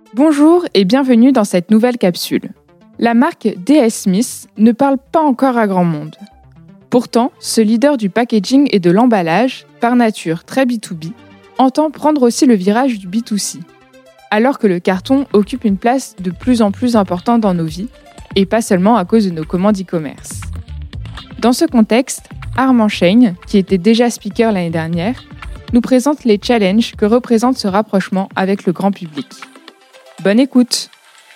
Bonjour et bienvenue dans cette nouvelle capsule. La marque DS Smith ne parle pas encore à grand monde. Pourtant, ce leader du packaging et de l'emballage, par nature très B2B, entend prendre aussi le virage du B2C. Alors que le carton occupe une place de plus en plus importante dans nos vies, et pas seulement à cause de nos commandes e-commerce. Dans ce contexte, Armand Chaigne, qui était déjà speaker l'année dernière, nous présente les challenges que représente ce rapprochement avec le grand public. Bonne écoute.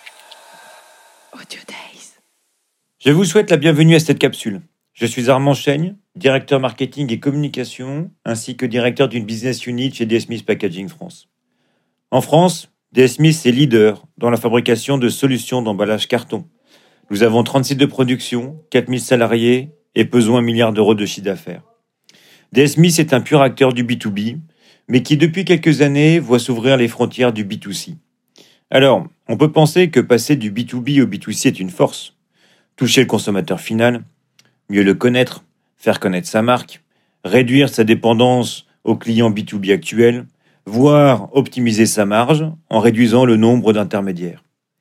Audio Days. Je vous souhaite la bienvenue à cette capsule. Je suis Armand Chaigne, directeur marketing et communication, ainsi que directeur d'une business unit chez DS Smith Packaging France. En France, DS Smith est leader dans la fabrication de solutions d'emballage carton. Nous avons 30 sites de production, 4000 salariés et pesons 1 milliard d'euros de chiffre d'affaires. DS Smith est un pur acteur du B2B, mais qui depuis quelques années voit s'ouvrir les frontières du B2C. Alors, on peut penser que passer du B2B au B2C est une force. Toucher le consommateur final, mieux le connaître, faire connaître sa marque, réduire sa dépendance aux clients B2B actuels, voire optimiser sa marge en réduisant le nombre d'intermédiaires.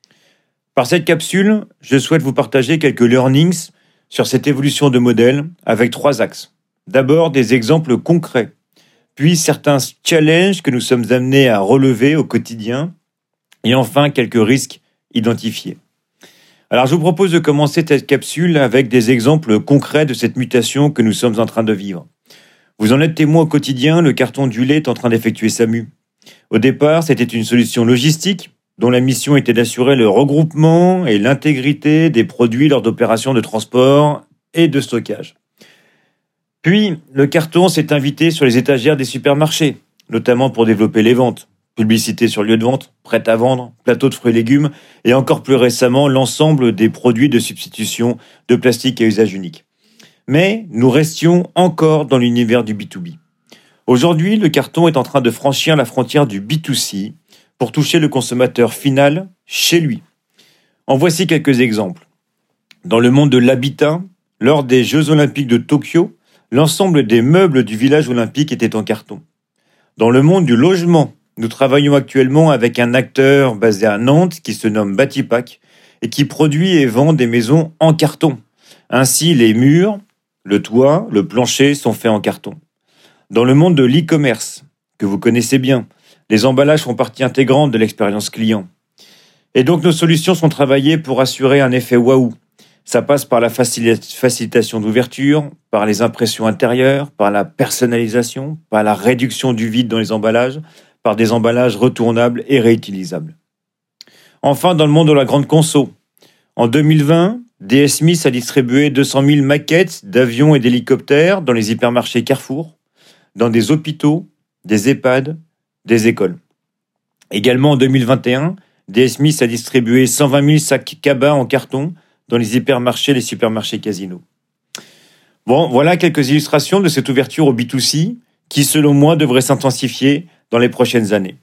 Par cette capsule, je souhaite vous partager quelques learnings sur cette évolution de modèle avec 3 axes. D'abord, des exemples concrets, puis certains challenges que nous sommes amenés à relever au quotidien, et enfin quelques risques identifiés. Alors je vous propose de commencer cette capsule avec des exemples concrets de cette mutation que nous sommes en train de vivre. Vous en êtes témoin au quotidien, le carton du lait est en train d'effectuer sa mue. Au départ, c'était une solution logistique dont la mission était d'assurer le regroupement et l'intégrité des produits lors d'opérations de transport et de stockage. Puis, le carton s'est invité sur les étagères des supermarchés, notamment pour développer les ventes. Publicité sur lieu de vente, prêt à vendre, plateau de fruits et légumes, et encore plus récemment, l'ensemble des produits de substitution de plastique à usage unique. Mais nous restions encore dans l'univers du B2B. Aujourd'hui, le carton est en train de franchir la frontière du B2C pour toucher le consommateur final chez lui. En voici quelques exemples. Dans le monde de l'habitat, lors des Jeux Olympiques de Tokyo, l'ensemble des meubles du village olympique étaient en carton. Dans le monde du logement, nous travaillons actuellement avec un acteur basé à Nantes qui se nomme Batipac et qui produit et vend des maisons en carton. Ainsi, les murs, le toit, le plancher sont faits en carton. Dans le monde de l'e-commerce, que vous connaissez bien, les emballages font partie intégrante de l'expérience client. Et donc nos solutions sont travaillées pour assurer un effet waouh. Ça passe par la facilitation d'ouverture, par les impressions intérieures, par la personnalisation, par la réduction du vide dans les emballages, par des emballages retournables et réutilisables. Enfin, dans le monde de la grande conso, en 2020, DS Smith a distribué 200 000 maquettes d'avions et d'hélicoptères dans les hypermarchés Carrefour, dans des hôpitaux, des EHPAD, des écoles. Également en 2021, DS Smith a distribué 120 000 sacs cabas en carton dans les hypermarchés et les supermarchés Casino. Bon, voilà quelques illustrations de cette ouverture au B2C qui, selon moi, devrait s'intensifier dans les prochaines années.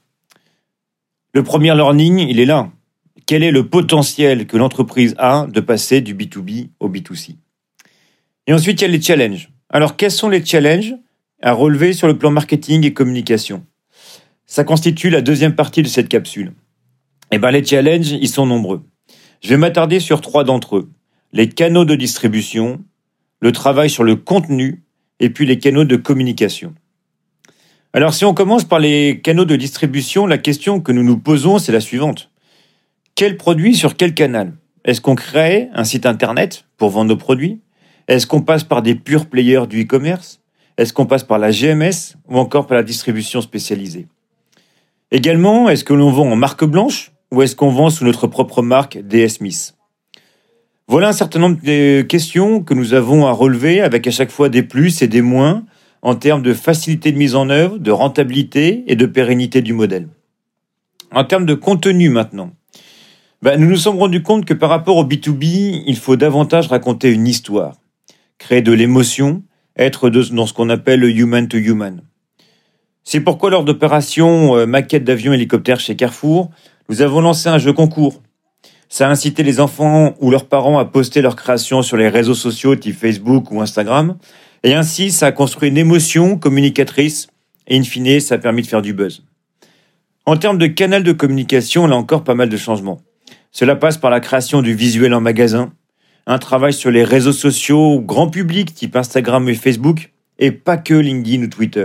Le premier learning, il est là. Quel est le potentiel que l'entreprise a de passer du B2B au B2C? Et ensuite, il y a les challenges. Alors, quels sont les challenges à relever sur le plan marketing et communication? Ça constitue la deuxième partie de cette capsule. Les challenges, ils sont nombreux. Je vais m'attarder sur 3 d'entre eux. Les canaux de distribution, le travail sur le contenu et puis les canaux de communication. Alors, si on commence par les canaux de distribution, la question que nous nous posons, c'est la suivante. Quel produit sur quel canal? Est-ce qu'on crée un site internet pour vendre nos produits? Est-ce qu'on passe par des pure players du e-commerce? Est-ce qu'on passe par la GMS ou encore par la distribution spécialisée? Également, est-ce que l'on vend en marque blanche ou est-ce qu'on vend sous notre propre marque DS Smith? Voilà un certain nombre de questions que nous avons à relever avec à chaque fois des plus et des moins en termes de facilité de mise en œuvre, de rentabilité et de pérennité du modèle. En termes de contenu maintenant, nous nous sommes rendus compte que par rapport au B2B, il faut davantage raconter une histoire, créer de l'émotion, être dans ce qu'on appelle le human to human. C'est pourquoi lors d'opérations maquettes d'avions hélicoptères chez Carrefour, nous avons lancé un jeu concours. Ça a incité les enfants ou leurs parents à poster leurs créations sur les réseaux sociaux type Facebook ou Instagram. Et ainsi, ça a construit une émotion communicatrice et in fine, ça a permis de faire du buzz. En termes de canal de communication, là encore pas mal de changements. Cela passe par la création du visuel en magasin, un travail sur les réseaux sociaux grand public type Instagram et Facebook, et pas que LinkedIn ou Twitter.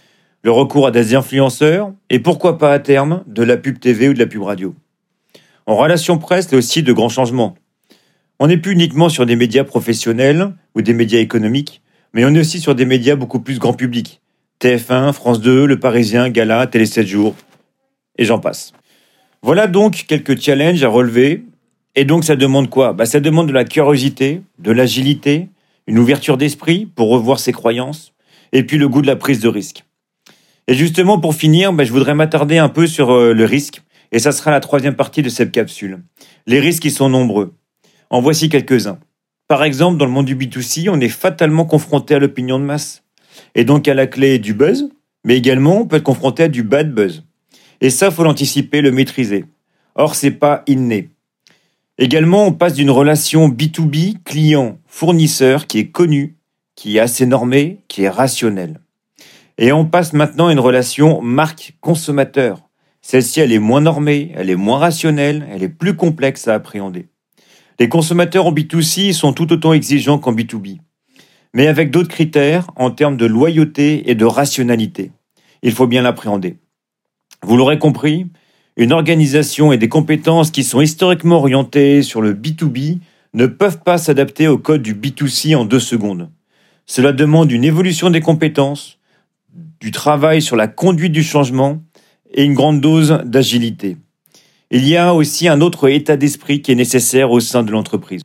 Le recours à des influenceurs, et pourquoi pas à terme, de la pub TV ou de la pub radio. En relation presse, il y a aussi de grands changements. On n'est plus uniquement sur des médias professionnels ou des médias économiques, mais on est aussi sur des médias beaucoup plus grand public. TF1, France 2, Le Parisien, Gala, Télé 7 jours, et j'en passe. Voilà donc quelques challenges à relever. Et donc ça demande quoi ? Ça demande de la curiosité, de l'agilité, une ouverture d'esprit pour revoir ses croyances, et puis le goût de la prise de risque. Et justement, pour finir, je voudrais m'attarder un peu sur le risque, et ça sera la troisième partie de cette capsule. Les risques, ils sont nombreux. En voici quelques-uns. Par exemple, dans le monde du B2C, on est fatalement confronté à l'opinion de masse, et donc à la clé du buzz, mais également on peut être confronté à du bad buzz. Et ça, faut l'anticiper, le maîtriser. Or, c'est pas inné. Également, on passe d'une relation B2B, client-fournisseur, qui est connue, qui est assez normée, qui est rationnelle. Et on passe maintenant à une relation marque-consommateur. Celle-ci, elle est moins normée, elle est moins rationnelle, elle est plus complexe à appréhender. Les consommateurs en B2C sont tout autant exigeants qu'en B2B, mais avec d'autres critères en termes de loyauté et de rationalité. Il faut bien l'appréhender. Vous l'aurez compris, une organisation et des compétences qui sont historiquement orientées sur le B2B ne peuvent pas s'adapter au code du B2C en 2 secondes. Cela demande une évolution des compétences, du travail sur la conduite du changement et une grande dose d'agilité. Il y a aussi un autre état d'esprit qui est nécessaire au sein de l'entreprise.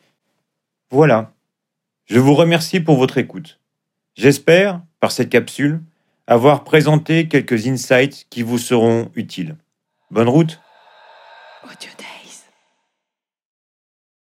Voilà. Je vous remercie pour votre écoute. J'espère, par cette capsule, avoir présenté quelques insights qui vous seront utiles. Bonne route! Audio Days.